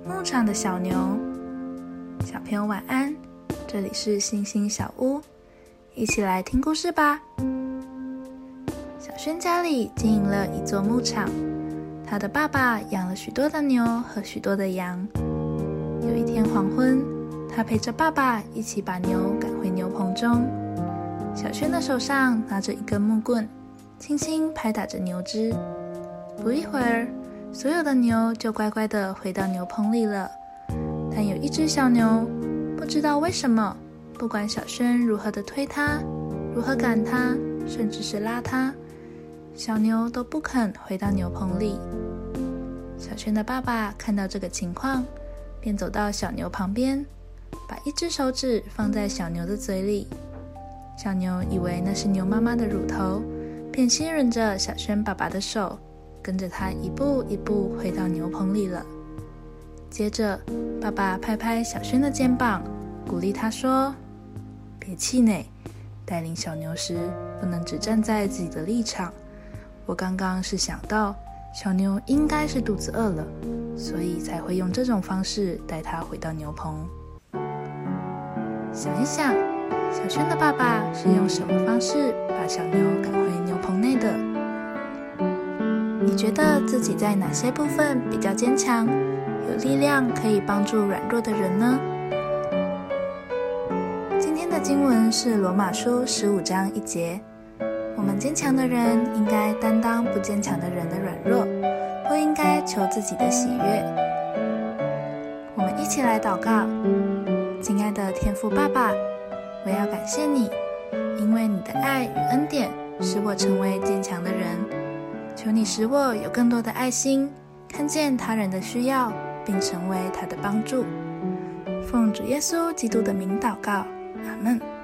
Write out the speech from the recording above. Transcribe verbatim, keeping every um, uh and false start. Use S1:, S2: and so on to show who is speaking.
S1: 牧场的小牛。小朋友晚安，这里是星星小屋，一起来听故事吧。小轩家里经营了一座牧场，他的爸爸养了许多的牛和许多的羊。有一天黄昏，他陪着爸爸一起把牛赶回牛棚中。小轩的手上拿着一根木棍，轻轻拍打着牛只。不一会儿，所有的牛就乖乖地回到牛棚里了。但有一只小牛，不知道为什么，不管小轩如何的推它，如何赶它，甚至是拉它，小牛都不肯回到牛棚里。小轩的爸爸看到这个情况，便走到小牛旁边，把一只手指放在小牛的嘴里。小牛以为那是牛妈妈的乳头，便吸吮着小轩爸爸的手，跟着他一步一步回到牛棚里了。接着爸爸拍拍小轩的肩膀，鼓励他说：别气馁，带领小牛时不能只站在自己的立场。我刚刚是想到小牛应该是肚子饿了，所以才会用这种方式带它回到牛棚。想一想，小轩的爸爸是用什么方式把小牛赶回牛棚内的？你觉得自己在哪些部分比较坚强，有力量可以帮助软弱的人呢？今天的经文是罗马书十五章一节，我们坚强的人应该担当不坚强的人的软弱，不应该求自己的喜悦。我们一起来祷告。亲爱的天父爸爸，我要感谢你，因为你的爱与恩典使我成为坚强的人。求你使我有更多的爱心，看见他人的需要，并成为他的帮助。奉主耶稣基督的名祷告，阿们。